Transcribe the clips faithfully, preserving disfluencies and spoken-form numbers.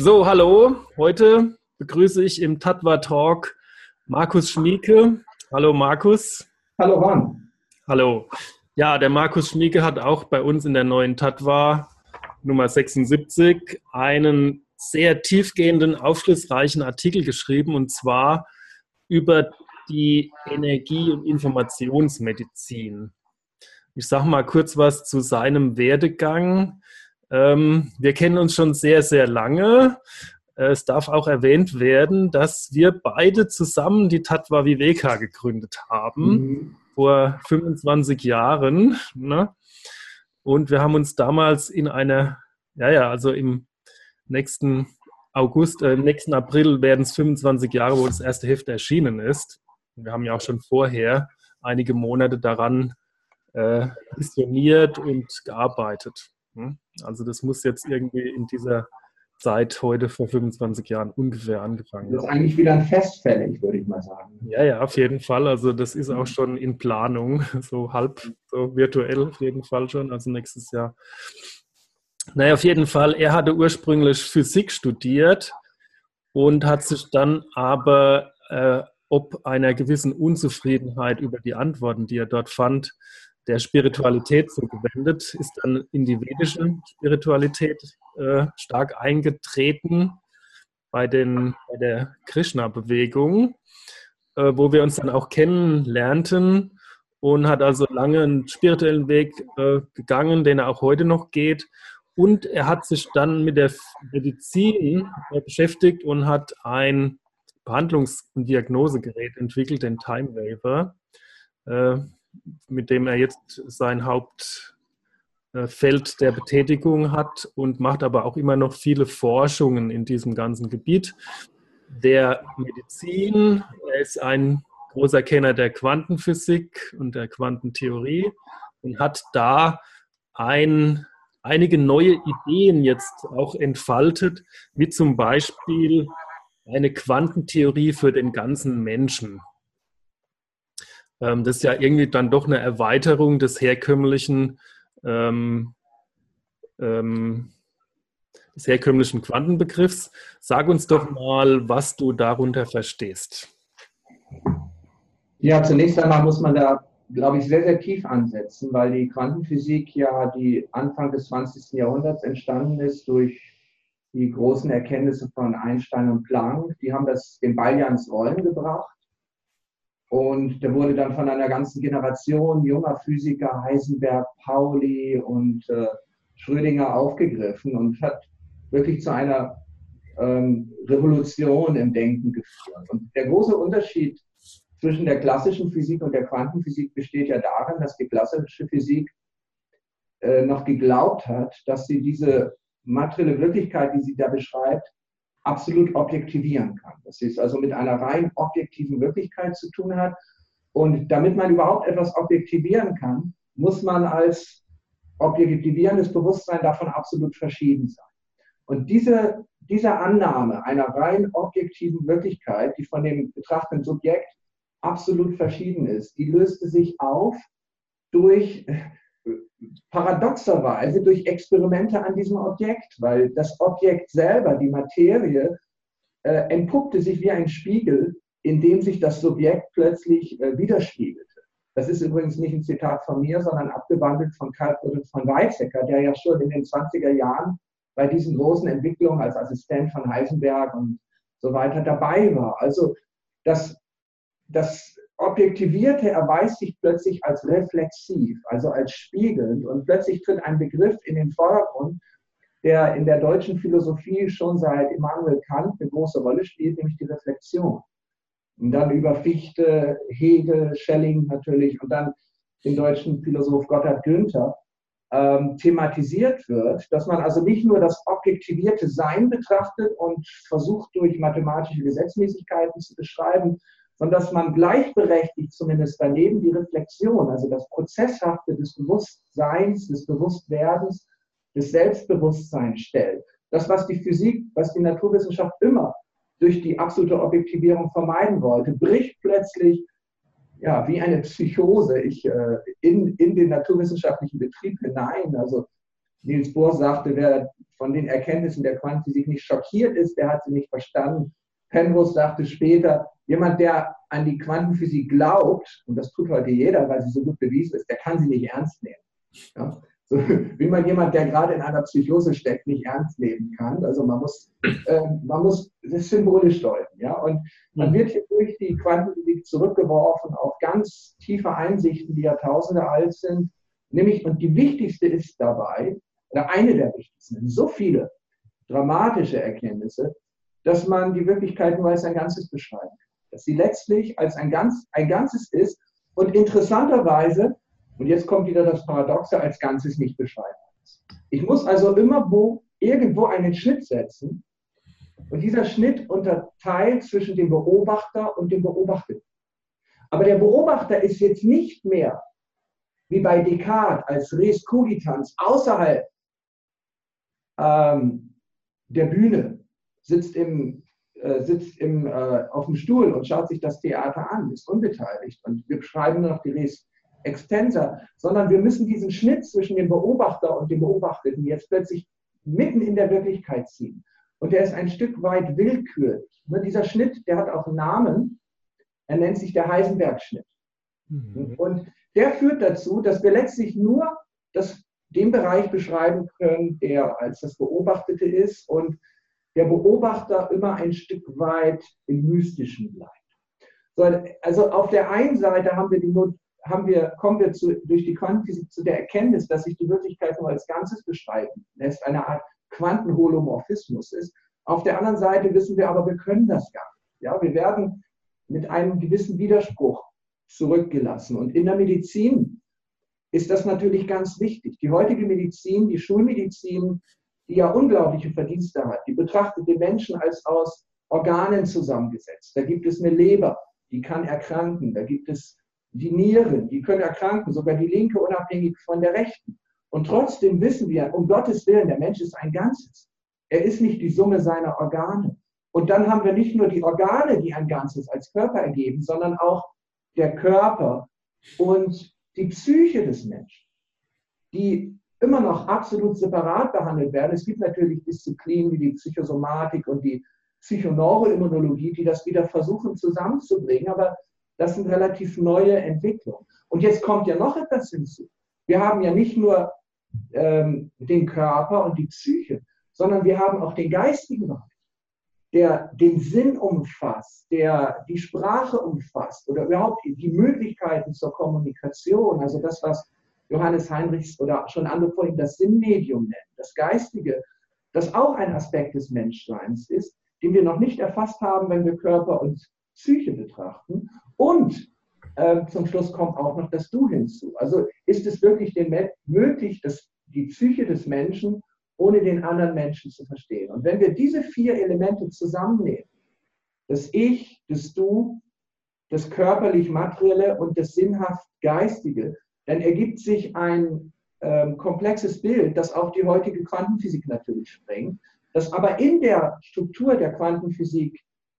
So, hallo. Heute begrüße ich im Tattva Talk Markus Schmieke. Hallo Markus. Hallo Ron. Hallo. Ja, der Markus Schmieke hat auch bei uns in der neuen Tattva Nummer sechsundsiebzig einen sehr tiefgehenden, aufschlussreichen Artikel geschrieben, und zwar über die Energie- und Informationsmedizin. Ich sage mal kurz was zu seinem Werdegang. Ähm, wir kennen uns schon sehr, sehr lange. Es darf auch erwähnt werden, dass wir beide zusammen die Tattva Viveka gegründet haben, mhm. vor fünfundzwanzig Jahren. Ne? Und wir haben uns damals in einer, ja, ja, also im nächsten August, äh, im nächsten April werden es fünfundzwanzig Jahre, wo das erste Heft erschienen ist. Und wir haben ja auch schon vorher einige Monate daran äh, missioniert und gearbeitet. Also das muss jetzt irgendwie in dieser Zeit heute vor fünfundzwanzig Jahren ungefähr angefangen haben. Das ist eigentlich wieder ein Fest fällig, würde ich mal sagen. Ja, ja, auf jeden Fall. Also das ist auch schon in Planung, so halb, so virtuell auf jeden Fall schon, also nächstes Jahr. Naja, auf jeden Fall, er hatte ursprünglich Physik studiert und hat sich dann aber äh, ob einer gewissen Unzufriedenheit über die Antworten, die er dort fand, der Spiritualität zugewendet, ist dann in die vedische Spiritualität äh, stark eingetreten bei, den, bei der Krishna-Bewegung, äh, wo wir uns dann auch kennenlernten, und hat also lange einen spirituellen Weg äh, gegangen, den er auch heute noch geht. Und er hat sich dann mit der Medizin äh, beschäftigt und hat ein Behandlungs- und Diagnosegerät entwickelt, den Time Waver, äh, mit dem er jetzt sein Hauptfeld der Betätigung hat, und macht aber auch immer noch viele Forschungen in diesem ganzen Gebiet der Medizin. Er ist ein großer Kenner der Quantenphysik und der Quantentheorie und hat da ein, einige neue Ideen jetzt auch entfaltet, wie zum Beispiel eine Quantentheorie für den ganzen Menschen. Das ist ja irgendwie dann doch eine Erweiterung des herkömmlichen, ähm, ähm, des herkömmlichen Quantenbegriffs. Sag uns doch mal, was du darunter verstehst. Ja, zunächst einmal muss man da, glaube ich, sehr, sehr tief ansetzen, weil die Quantenphysik ja die Anfang des zwanzigsten Jahrhunderts entstanden ist durch die großen Erkenntnisse von Einstein und Planck. Die haben das den Ball ja ins Rollen gebracht. Und der wurde dann von einer ganzen Generation junger Physiker, Heisenberg, Pauli und äh, Schrödinger, aufgegriffen und hat wirklich zu einer ähm, Revolution im Denken geführt. Und der große Unterschied zwischen der klassischen Physik und der Quantenphysik besteht ja darin, dass die klassische Physik äh, noch geglaubt hat, dass sie diese materielle Wirklichkeit, die sie da beschreibt, absolut objektivieren kann. Das ist also mit einer rein objektiven Wirklichkeit zu tun hat. Und damit man überhaupt etwas objektivieren kann, muss man als objektivierendes Bewusstsein davon absolut verschieden sein. Und diese, diese Annahme einer rein objektiven Wirklichkeit, die von dem betrachtenden Subjekt absolut verschieden ist, die löste sich auf durch paradoxerweise durch Experimente an diesem Objekt, weil das Objekt selber, die Materie, äh, entpuppte sich wie ein Spiegel, in dem sich das Subjekt plötzlich äh, widerspiegelte. Das ist übrigens nicht ein Zitat von mir, sondern abgewandelt von Karl Friedrich von Weizsäcker, der ja schon in den zwanziger Jahren bei diesen großen Entwicklungen als Assistent von Heisenberg und so weiter dabei war. Also das, das Objektivierte erweist sich plötzlich als reflexiv, also als spiegelnd, und plötzlich tritt ein Begriff in den Vordergrund, der in der deutschen Philosophie schon seit Immanuel Kant eine große Rolle spielt, nämlich die Reflexion. Und dann über Fichte, Hegel, Schelling natürlich und dann den deutschen Philosoph Gotthard Günther ähm, thematisiert wird, dass man also nicht nur das objektivierte Sein betrachtet und versucht durch mathematische Gesetzmäßigkeiten zu beschreiben, sondern dass man gleichberechtigt zumindest daneben die Reflexion, also das Prozesshafte des Bewusstseins, des Bewusstwerdens, des Selbstbewusstseins stellt. Das, was die Physik, was die Naturwissenschaft immer durch die absolute Objektivierung vermeiden wollte, bricht plötzlich ja, wie eine Psychose ich, äh, in, in den naturwissenschaftlichen Betrieb hinein. Also Niels Bohr sagte, wer von den Erkenntnissen der Quantenphysik nicht schockiert ist, der hat sie nicht verstanden. Penrose sagte später, jemand, der an die Quantenphysik glaubt, und das tut heute jeder, weil sie so gut bewiesen ist, der kann sie nicht ernst nehmen. Ja? So, wie man jemand, der gerade in einer Psychose steckt, nicht ernst nehmen kann. Also man muss, äh, man muss das symbolisch deuten. Ja? Und man wird hier durch die Quantenphysik zurückgeworfen auf ganz tiefe Einsichten, die Jahrtausende alt sind. Nämlich, und die wichtigste ist dabei, oder eine der wichtigsten, so viele dramatische Erkenntnisse, dass man die Wirklichkeit nur als ein Ganzes beschreiben kann. Dass sie letztlich als ein, Ganz, ein Ganzes ist und interessanterweise, und jetzt kommt wieder das Paradoxe, als Ganzes nicht beschreibbar ist. Ich muss also immer wo, irgendwo einen Schnitt setzen und dieser Schnitt unterteilt zwischen dem Beobachter und dem Beobachteten. Aber der Beobachter ist jetzt nicht mehr wie bei Descartes als Res Cogitans außerhalb ähm, der Bühne, sitzt, im, äh, sitzt im, äh, auf dem Stuhl und schaut sich das Theater an, ist unbeteiligt und wir beschreiben nur noch die Res Extensa, sondern wir müssen diesen Schnitt zwischen dem Beobachter und dem Beobachteten jetzt plötzlich mitten in der Wirklichkeit ziehen. Und der ist ein Stück weit willkürlich. Nur dieser Schnitt, der hat auch einen Namen, er nennt sich der Heisenberg-Schnitt. Mhm. Und der führt dazu, dass wir letztlich nur das, den Bereich beschreiben können, der als das Beobachtete ist und der Beobachter immer ein Stück weit im Mystischen bleibt. So, also auf der einen Seite haben wir die Not, haben wir, kommen wir zu, durch die Quantenphysik zu der Erkenntnis, dass sich die Wirklichkeit nur als Ganzes beschreiben lässt, eine Art Quantenholomorphismus ist. Auf der anderen Seite wissen wir aber, wir können das gar nicht. Ja, wir werden mit einem gewissen Widerspruch zurückgelassen. Und in der Medizin ist das natürlich ganz wichtig. Die heutige Medizin, die Schulmedizin, die ja unglaubliche Verdienste hat, die betrachtet den Menschen als aus Organen zusammengesetzt. Da gibt es eine Leber, die kann erkranken. Da gibt es die Nieren, die können erkranken, sogar die linke unabhängig von der rechten. Und trotzdem wissen wir, um Gottes Willen, der Mensch ist ein Ganzes. Er ist nicht die Summe seiner Organe. Und dann haben wir nicht nur die Organe, die ein Ganzes als Körper ergeben, sondern auch der Körper und die Psyche des Menschen, die immer noch absolut separat behandelt werden. Es gibt natürlich Disziplinen wie die Psychosomatik und die Psychoneuroimmunologie, die das wieder versuchen zusammenzubringen, aber das sind relativ neue Entwicklungen. Und jetzt kommt ja noch etwas hinzu. Wir haben ja nicht nur ähm, den Körper und die Psyche, sondern wir haben auch den geistigen Bereich, der den Sinn umfasst, der die Sprache umfasst oder überhaupt die Möglichkeiten zur Kommunikation, also das, was Johannes Heinrichs oder schon andere vorhin das Sinnmedium nennen, das Geistige, das auch ein Aspekt des Menschseins ist, den wir noch nicht erfasst haben, wenn wir Körper und Psyche betrachten. Und äh, zum Schluss kommt auch noch das Du hinzu. Also ist es wirklich den, möglich, dass die Psyche des Menschen ohne den anderen Menschen zu verstehen. Und wenn wir diese vier Elemente zusammennehmen, das Ich, das Du, das körperlich-materielle und das sinnhaft-geistige, dann ergibt sich ein ähm, komplexes Bild, das auch die heutige Quantenphysik natürlich sprengt, das aber in der Struktur der Quantenphysik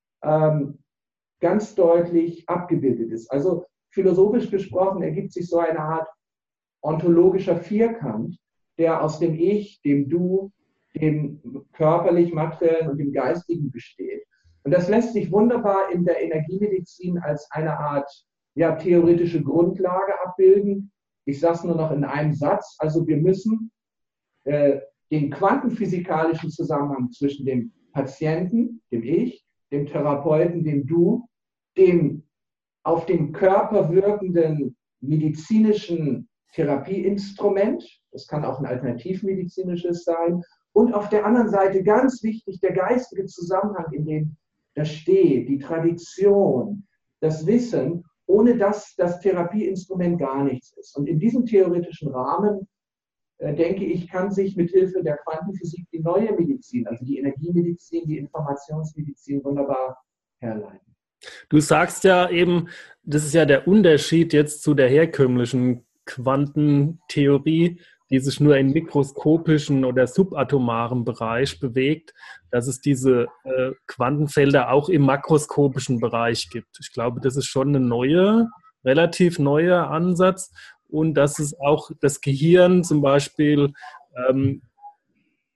ähm, ganz deutlich abgebildet ist. Also philosophisch gesprochen ergibt sich so eine Art ontologischer Vierkant, der aus dem Ich, dem Du, dem körperlich-materiellen und dem Geistigen besteht. Und das lässt sich wunderbar in der Energiemedizin als eine Art ja, theoretische Grundlage abbilden. Ich sage es nur noch in einem Satz. Also wir müssen äh, den quantenphysikalischen Zusammenhang zwischen dem Patienten, dem Ich, dem Therapeuten, dem Du, dem auf den Körper wirkenden medizinischen Therapieinstrument, das kann auch ein alternativmedizinisches sein, und auf der anderen Seite ganz wichtig der geistige Zusammenhang, in dem das steht, die Tradition, das Wissen, ohne dass das Therapieinstrument gar nichts ist. Und in diesem theoretischen Rahmen, äh, denke ich, kann sich mit Hilfe der Quantenphysik die neue Medizin, also die Energiemedizin, die Informationsmedizin wunderbar herleiten. Du sagst ja eben, das ist ja der Unterschied jetzt zu der herkömmlichen Quantentheorie, die sich nur in mikroskopischen oder subatomaren Bereich bewegt, dass es diese äh, Quantenfelder auch im makroskopischen Bereich gibt. Ich glaube, das ist schon ein neuer, relativ neuer Ansatz und dass es auch das Gehirn zum Beispiel ähm,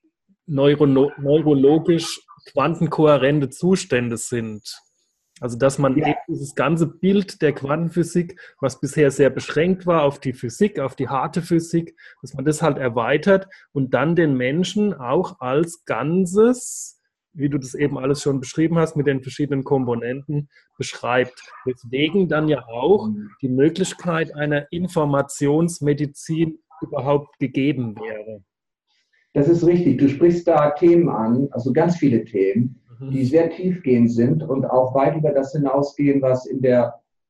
neurono neurologisch quantenkohärente Zustände sind. Also dass man Ja. eben dieses ganze Bild der Quantenphysik, was bisher sehr beschränkt war auf die Physik, auf die harte Physik, dass man das halt erweitert und dann den Menschen auch als Ganzes, wie du das eben alles schon beschrieben hast, mit den verschiedenen Komponenten beschreibt. Deswegen dann ja auch die Möglichkeit einer Informationsmedizin überhaupt gegeben wäre. Das ist richtig. Du sprichst da Themen an, also ganz viele Themen, Mhm. die sehr tiefgehend sind und auch weit über das hinausgehen, was in der,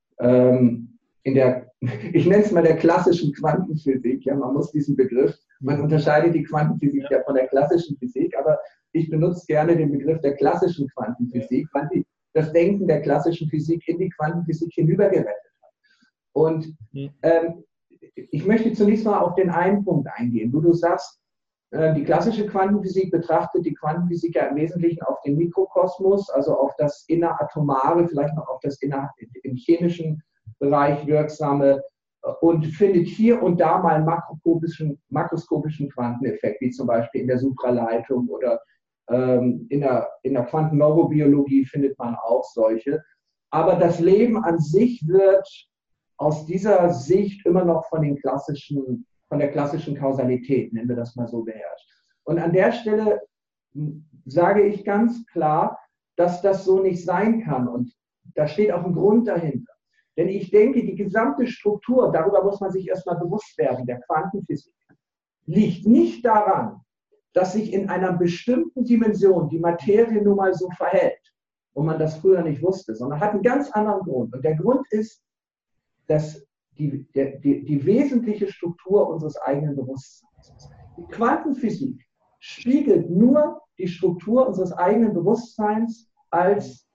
ähm, in der ich nenne es mal der klassischen Quantenphysik, ja, man muss diesen Begriff, man unterscheidet die Quantenphysik ja, ja von der klassischen Physik, aber ich benutze gerne den Begriff der klassischen Quantenphysik, weil die das Denken der klassischen Physik in die Quantenphysik hinübergerettet hat. Und ähm, ich möchte zunächst mal auf den einen Punkt eingehen, wo du sagst, die klassische Quantenphysik betrachtet die Quantenphysik ja im Wesentlichen auf den Mikrokosmos, also auf das inneratomare, vielleicht noch auf das inner, im chemischen Bereich wirksame und findet hier und da mal makroskopischen, makroskopischen Quanteneffekt, wie zum Beispiel in der Supraleitung oder ähm, in, der, in der Quantenneurobiologie findet man auch solche. Aber das Leben an sich wird aus dieser Sicht immer noch von den klassischen von der klassischen Kausalität, nennen wir das mal so, beherrscht. Und an der Stelle sage ich ganz klar, dass das so nicht sein kann. Und da steht auch ein Grund dahinter. Denn ich denke, die gesamte Struktur, darüber muss man sich erstmal bewusst werden, der Quantenphysik, liegt nicht daran, dass sich in einer bestimmten Dimension die Materie nun mal so verhält und man das früher nicht wusste, sondern hat einen ganz anderen Grund. Und der Grund ist, dass Die, die, die wesentliche Struktur unseres eigenen Bewusstseins. Die Quantenphysik spiegelt nur die Struktur unseres eigenen Bewusstseins als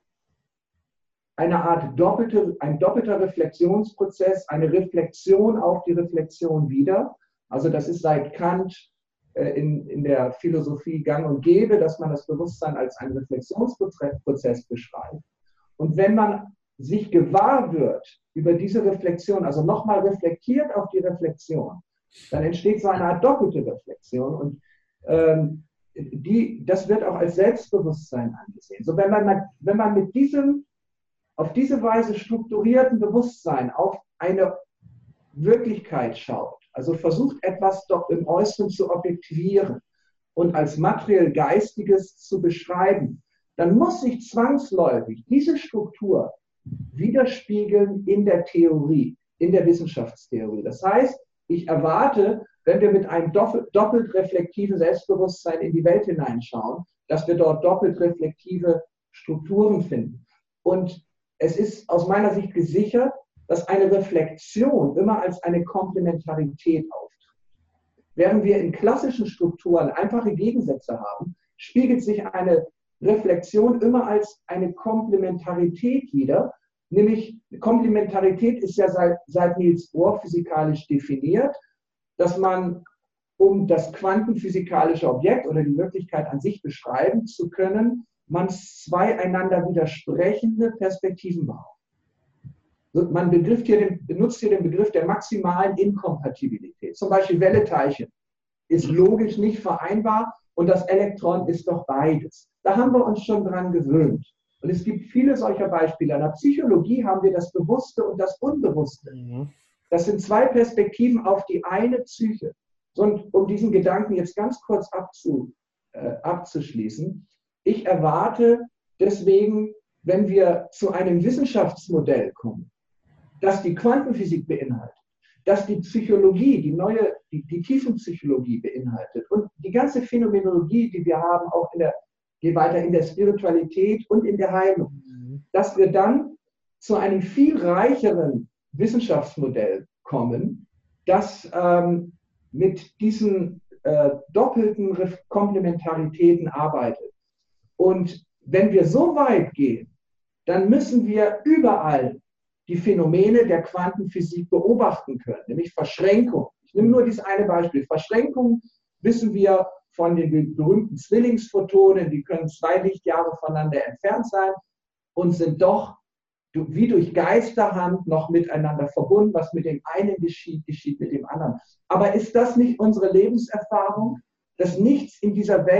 eine Art doppelte, ein doppelter Reflexionsprozess, eine Reflexion auf die Reflexion wider. Also das ist seit Kant äh, in, in der Philosophie gang und gäbe, dass man das Bewusstsein als einen Reflexionsprozess beschreibt. Und wenn man sich gewahr wird über diese Reflexion, also nochmal reflektiert auf die Reflexion, dann entsteht so eine Art doppelte Reflexion und ähm, die, das wird auch als Selbstbewusstsein angesehen. So wenn man, wenn man mit diesem, auf diese Weise strukturierten Bewusstsein auf eine Wirklichkeit schaut, also versucht etwas doch im Äußeren zu objektivieren und als materiell-geistiges zu beschreiben, dann muss sich zwangsläufig diese Struktur widerspiegeln in der Theorie, in der Wissenschaftstheorie. Das heißt, ich erwarte, wenn wir mit einem doppelt reflektiven Selbstbewusstsein in die Welt hineinschauen, dass wir dort doppelt reflektive Strukturen finden. Und es ist aus meiner Sicht gesichert, dass eine Reflexion immer als eine Komplementarität auftritt. Während wir in klassischen Strukturen einfache Gegensätze haben, spiegelt sich eine Reflexion immer als eine Komplementarität wider, nämlich Komplementarität ist ja seit, seit Niels Bohr physikalisch definiert, dass man, um das quantenphysikalische Objekt oder die Wirklichkeit an sich beschreiben zu können, man zwei einander widersprechende Perspektiven braucht. Man begriff hier den, benutzt hier den Begriff der maximalen Inkompatibilität. Zum Beispiel Welle-Teilchen ist logisch nicht vereinbar und das Elektron ist doch beides. Da haben wir uns schon dran gewöhnt. Und es gibt viele solcher Beispiele. In der Psychologie haben wir das Bewusste und das Unbewusste. Das sind zwei Perspektiven auf die eine Psyche. Und um diesen Gedanken jetzt ganz kurz abzu, äh, abzuschließen, ich erwarte deswegen, wenn wir zu einem Wissenschaftsmodell kommen, das die Quantenphysik beinhaltet, dass die Psychologie, die neue, die, die Tiefenpsychologie beinhaltet und die ganze Phänomenologie, die wir haben, auch in der, geht weiter in der Spiritualität und in der Heilung, dass wir dann zu einem viel reicheren Wissenschaftsmodell kommen, das ähm, mit diesen äh, doppelten Komplementaritäten arbeitet. Und wenn wir so weit gehen, dann müssen wir überall die Phänomene der Quantenphysik beobachten können, nämlich Verschränkung. Ich nehme nur dieses eine Beispiel. Verschränkung wissen wir von den berühmten Zwillingsphotonen, die können zwei Lichtjahre voneinander entfernt sein und sind doch wie durch Geisterhand noch miteinander verbunden. Was mit dem einen geschieht, geschieht mit dem anderen. Aber ist das nicht unsere Lebenserfahrung, dass nichts in dieser Welt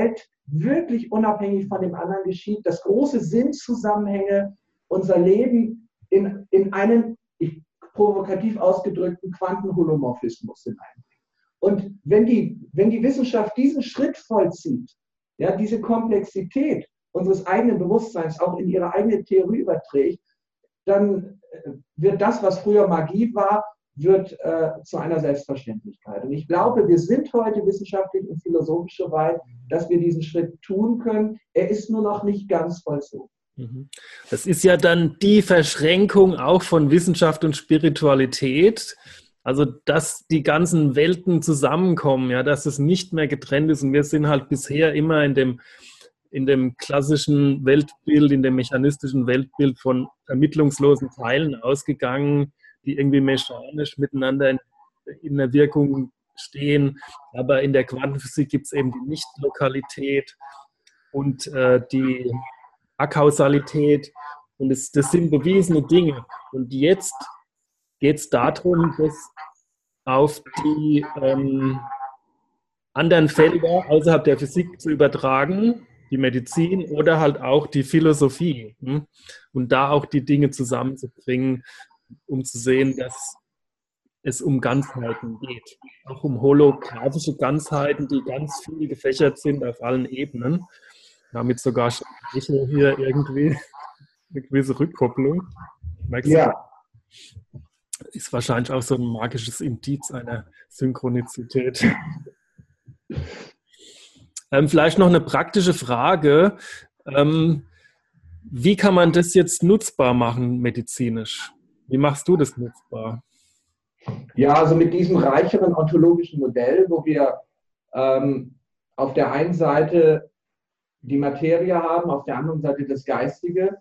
wirklich unabhängig von dem anderen geschieht, dass große Sinnzusammenhänge unser Leben in, in einen, ich, provokativ ausgedrückten Quantenholomorphismus hineinbringen. Und wenn die, wenn die Wissenschaft diesen Schritt vollzieht, ja, diese Komplexität unseres eigenen Bewusstseins auch in ihre eigene Theorie überträgt, dann wird das, was früher Magie war, wird äh, zu einer Selbstverständlichkeit. Und ich glaube, wir sind heute wissenschaftlich und philosophisch so weit, dass wir diesen Schritt tun können. Er ist nur noch nicht ganz vollzogen. Das ist ja dann die Verschränkung auch von Wissenschaft und Spiritualität. Also, dass die ganzen Welten zusammenkommen, ja, dass es nicht mehr getrennt ist. Und wir sind halt bisher immer in dem, in dem klassischen Weltbild, in dem mechanistischen Weltbild von vermittlungslosen Teilen ausgegangen, die irgendwie mechanisch miteinander in, in der Wirkung stehen. Aber in der Quantenphysik gibt es eben die Nichtlokalität und äh, die Akausalität. Und das, das sind bewiesene Dinge. Und jetzt geht es darum, das auf die ähm, anderen Felder außerhalb der Physik zu übertragen, die Medizin oder halt auch die Philosophie. Hm? Und da auch die Dinge zusammenzubringen, um zu sehen, dass es um Ganzheiten geht. Auch um holographische Ganzheiten, die ganz viel gefächert sind auf allen Ebenen. Damit sogar schon hier irgendwie eine gewisse Rückkopplung. Merkst du? Ja. Ist wahrscheinlich auch so ein magisches Indiz einer Synchronizität. Ähm, vielleicht noch eine praktische Frage. Ähm, wie kann man das jetzt nutzbar machen, medizinisch? Wie machst du das nutzbar? Ja, also mit diesem reicheren ontologischen Modell, wo wir ähm, auf der einen Seite die Materie haben, auf der anderen Seite das Geistige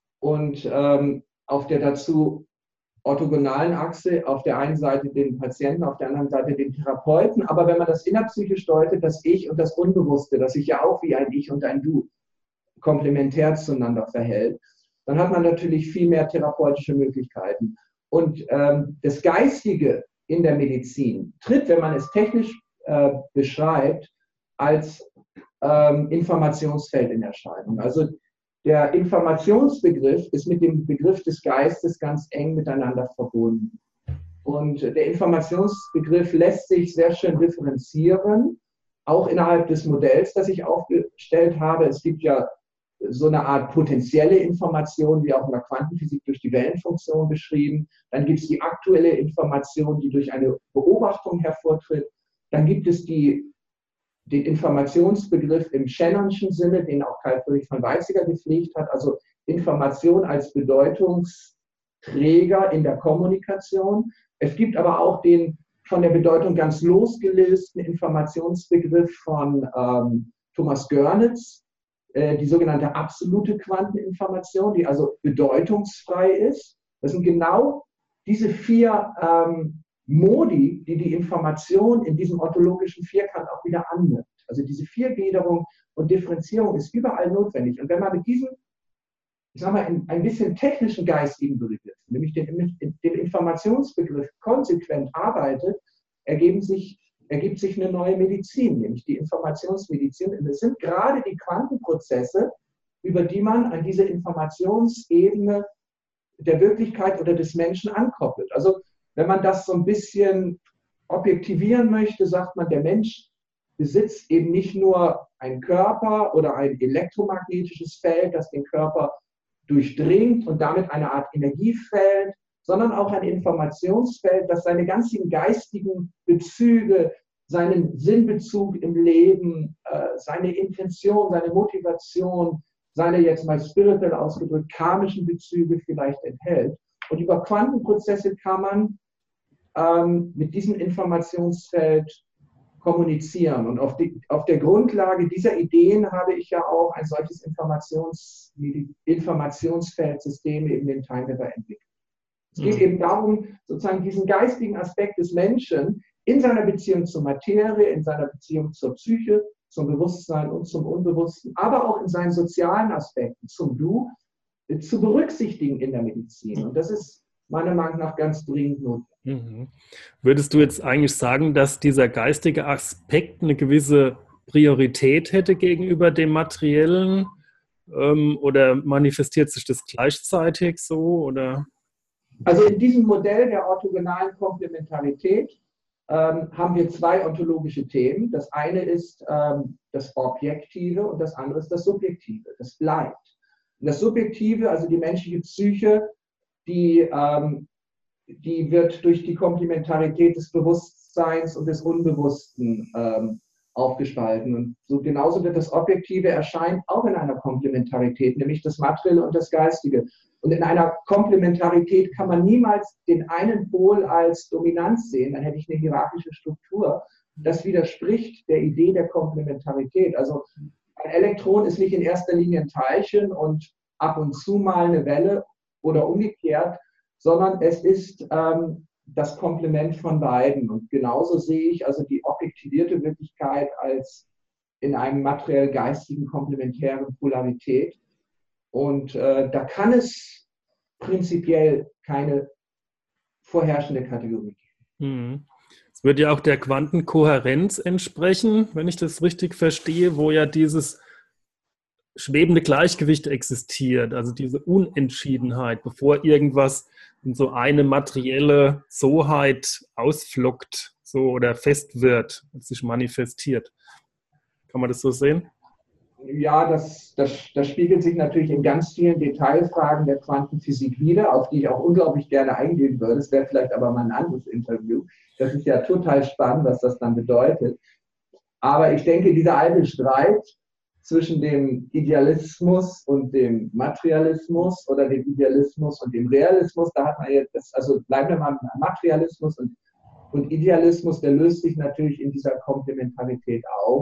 und ähm, auf der dazu orthogonalen Achse auf der einen Seite den Patienten, auf der anderen Seite den Therapeuten. Aber wenn man das innerpsychisch deutet, das Ich und das Unbewusste, das sich ja auch wie ein Ich und ein Du komplementär zueinander verhält, dann hat man natürlich viel mehr therapeutische Möglichkeiten. Und ähm, das Geistige in der Medizin tritt, wenn man es technisch äh, beschreibt, als ähm, Informationsfeld in Erscheinung. Also der Informationsbegriff ist mit dem Begriff des Geistes ganz eng miteinander verbunden. Und der Informationsbegriff lässt sich sehr schön differenzieren, auch innerhalb des Modells, das ich aufgestellt habe. Es gibt ja so eine Art potenzielle Information, wie auch in der Quantenphysik durch die Wellenfunktion beschrieben. Dann gibt es die aktuelle Information, die durch eine Beobachtung hervortritt. Dann gibt es die, den Informationsbegriff im Shannonschen Sinne, den auch Karl Friedrich von Weizsäcker gepflegt hat, also Information als Bedeutungsträger in der Kommunikation. Es gibt aber auch den von der Bedeutung ganz losgelösten Informationsbegriff von ähm, Thomas Görnitz, die sogenannte absolute Quanteninformation, die also bedeutungsfrei ist. Das sind genau diese vier ähm, Modi, die die Information in diesem ontologischen Vierkant auch wieder annimmt. Also diese Viergliederung und Differenzierung ist überall notwendig. Und wenn man mit diesem, ich sage mal, ein bisschen technischen geistigen Begriff, nämlich den, den Informationsbegriff, konsequent arbeitet, ergeben sich ergibt sich eine neue Medizin, nämlich die Informationsmedizin. Und es sind gerade die Quantenprozesse, über die man an diese Informationsebene der Wirklichkeit oder des Menschen ankoppelt. Also wenn man das so ein bisschen objektivieren möchte, sagt man, der Mensch besitzt eben nicht nur einen Körper oder ein elektromagnetisches Feld, das den Körper durchdringt und damit eine Art Energiefeld, sondern auch ein Informationsfeld, das seine ganzen geistigen Bezüge, seinen Sinnbezug im Leben, äh, seine Intention, seine Motivation, seine jetzt mal spirituell ausgedrückt karmischen Bezüge vielleicht enthält. Und über Quantenprozesse kann man ähm, mit diesem Informationsfeld kommunizieren. Und auf, die, auf der Grundlage dieser Ideen habe ich ja auch ein solches Informations, Informationsfeldsystem eben den Time River entwickelt. Es geht eben darum, sozusagen diesen geistigen Aspekt des Menschen in seiner Beziehung zur Materie, in seiner Beziehung zur Psyche, zum Bewusstsein und zum Unbewussten, aber auch in seinen sozialen Aspekten, zum Du, zu berücksichtigen in der Medizin. Und das ist meiner Meinung nach ganz dringend notwendig. Mhm. Würdest du jetzt eigentlich sagen, dass dieser geistige Aspekt eine gewisse Priorität hätte gegenüber dem Materiellen? Ähm, oder manifestiert sich das gleichzeitig so? Oder? Also in diesem Modell der orthogonalen Komplementarität ähm, haben wir zwei ontologische Themen. Das eine ist ähm, das Objektive und das andere ist das Subjektive. Das bleibt. Und das Subjektive, also die menschliche Psyche, die, ähm, die wird durch die Komplementarität des Bewusstseins und des Unbewussten ähm, aufgespalten. Und so genauso wird das Objektive erscheinen auch in einer Komplementarität, nämlich das Materielle und das Geistige. Und in einer Komplementarität kann man niemals den einen Pol als Dominanz sehen, dann hätte ich eine hierarchische Struktur. Das widerspricht der Idee der Komplementarität. Also ein Elektron ist nicht in erster Linie ein Teilchen und ab und zu mal eine Welle oder umgekehrt, sondern es ist ähm, das Komplement von beiden. Und genauso sehe ich also die objektivierte Wirklichkeit als in einem materiell-geistigen komplementären Polarität. Und äh, da kann es prinzipiell keine vorherrschende Kategorie geben. Es wird ja auch der Quantenkohärenz entsprechen, wenn ich das richtig verstehe, wo ja dieses schwebende Gleichgewicht existiert, also diese Unentschiedenheit, bevor irgendwas in so eine materielle Soheit ausflockt so, oder fest wird, sich manifestiert. Kann man das so sehen? Ja, das, das, das spiegelt sich natürlich in ganz vielen Detailfragen der Quantenphysik wider, auf die ich auch unglaublich gerne eingehen würde. Das wäre vielleicht aber mal ein anderes Interview. Das ist ja total spannend, was das dann bedeutet. Aber ich denke, dieser alte Streit zwischen dem Idealismus und dem Materialismus oder dem Idealismus und dem Realismus, da hat man jetzt, das, also bleiben wir mal beim Materialismus und, und Idealismus, der löst sich natürlich in dieser Komplementarität auf.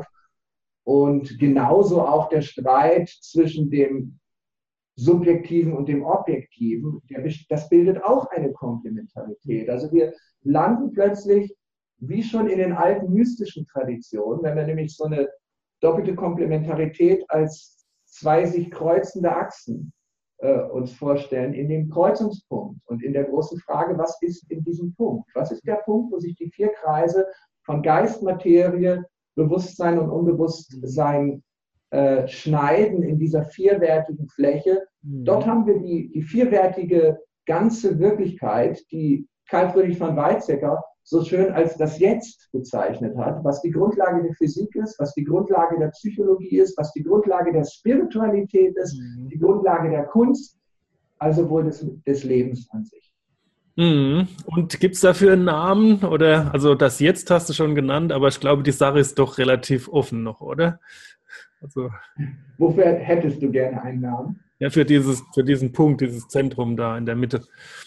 Und genauso auch der Streit zwischen dem Subjektiven und dem Objektiven, der, das bildet auch eine Komplementarität. Also wir landen plötzlich, wie schon in den alten mystischen Traditionen, wenn wir nämlich so eine doppelte Komplementarität als zwei sich kreuzende Achsen äh, uns vorstellen, in dem Kreuzungspunkt und in der großen Frage, was ist in diesem Punkt? Was ist der Punkt, wo sich die vier Kreise von Geist, Materie, Bewusstsein und Unbewusstsein äh, schneiden in dieser vierwertigen Fläche? Mhm. Dort haben wir die, die vierwertige ganze Wirklichkeit, die Karl Friedrich von Weizsäcker so schön als das Jetzt bezeichnet hat, was die Grundlage der Physik ist, was die Grundlage der Psychologie ist, was die Grundlage der Spiritualität ist, mhm. die Grundlage der Kunst, also wohl des, des Lebens an sich. Mhm. Und gibt es dafür einen Namen? Oder, also das Jetzt hast du schon genannt, aber ich glaube, die Sache ist doch relativ offen noch, oder? Also, wofür hättest du gerne einen Namen? Ja, für, dieses, für diesen Punkt, dieses Zentrum da in der Mitte.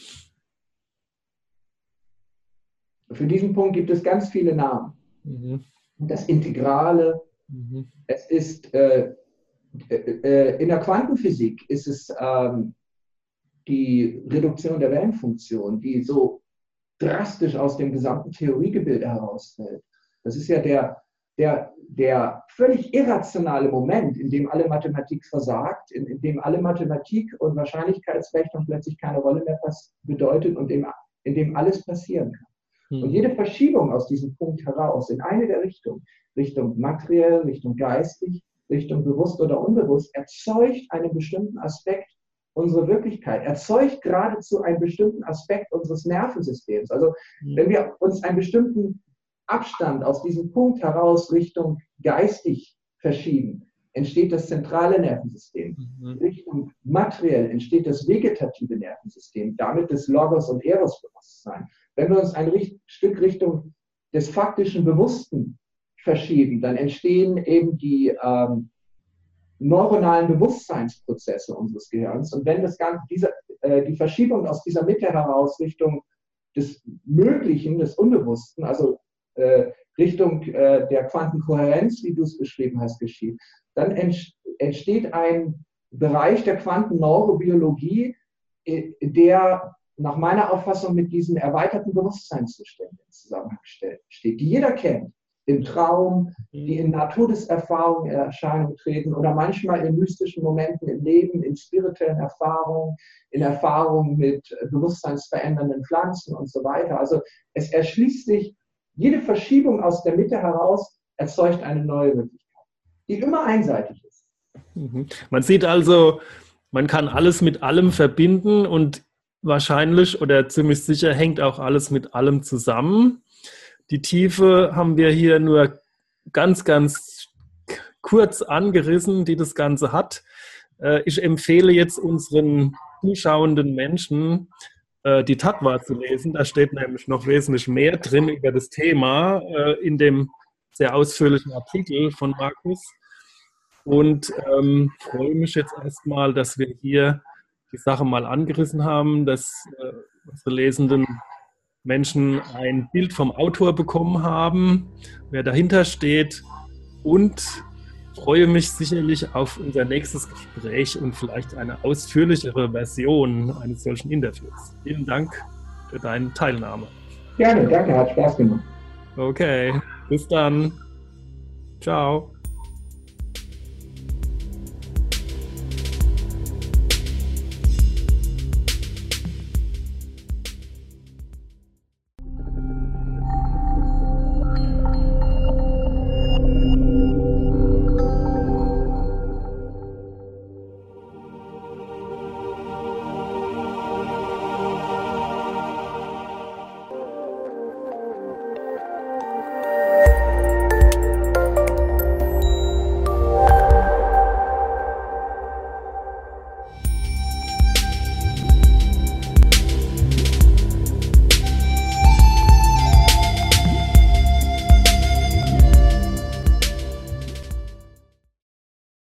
Für diesen Punkt gibt es ganz viele Namen. Mhm. Das Integrale, mhm. es ist äh, äh, in der Quantenphysik ist es ähm, die Reduktion der Wellenfunktion, die so drastisch aus dem gesamten Theoriegebilde herausfällt. Das ist ja der, der, der völlig irrationale Moment, in dem alle Mathematik versagt, in, in dem alle Mathematik und Wahrscheinlichkeitsrechnung plötzlich keine Rolle mehr bedeutet und in, in dem alles passieren kann. Mhm. Und jede Verschiebung aus diesem Punkt heraus in eine der Richtungen, Richtung materiell, Richtung geistig, Richtung bewusst oder unbewusst, erzeugt einen bestimmten Aspekt unserer Wirklichkeit, erzeugt geradezu einen bestimmten Aspekt unseres Nervensystems. Also mhm. wenn wir uns einen bestimmten Abstand aus diesem Punkt heraus Richtung geistig verschieben, entsteht das zentrale Nervensystem. Mhm. Richtung materiell entsteht das vegetative Nervensystem, damit das Logos- und Eros-Bewusstsein. Wenn wir uns ein Stück Richtung des faktischen Bewussten verschieben, dann entstehen eben die ähm, neuronalen Bewusstseinsprozesse unseres Gehirns. Und wenn das Ganze, diese, äh, die Verschiebung aus dieser Mitte heraus Richtung des Möglichen, des Unbewussten, also äh, Richtung äh, der Quantenkohärenz, wie du es beschrieben hast, geschieht, dann ent, entsteht ein Bereich der Quantenneurobiologie, äh, der nach meiner Auffassung mit diesen erweiterten Bewusstseinszuständen in Zusammenhang steht, die jeder kennt. Im Traum, die in Nahtodeserfahrungen in Erscheinung treten oder manchmal in mystischen Momenten im Leben, in spirituellen Erfahrungen, in Erfahrungen mit bewusstseinsverändernden Pflanzen und so weiter. Also es erschließt sich, jede Verschiebung aus der Mitte heraus erzeugt eine neue Wirklichkeit. die immer einseitig ist. Mhm. Man sieht also, man kann alles mit allem verbinden und wahrscheinlich oder ziemlich sicher hängt auch alles mit allem zusammen. Die Tiefe haben wir hier nur ganz, ganz kurz angerissen, die das Ganze hat. Ich empfehle jetzt unseren zuschauenden Menschen, die Tattva zu lesen. Da steht nämlich noch wesentlich mehr drin über das Thema in dem sehr ausführlichen Artikel von Markus. Und ähm, freue mich jetzt erstmal, dass wir hier die Sache mal angerissen haben, dass äh, unsere lesenden Menschen ein Bild vom Autor bekommen haben, wer dahinter steht, und freue mich sicherlich auf unser nächstes Gespräch und vielleicht eine ausführlichere Version eines solchen Interviews. Vielen Dank für deine Teilnahme. Gerne, danke, hat Spaß gemacht. Okay, bis dann. Ciao.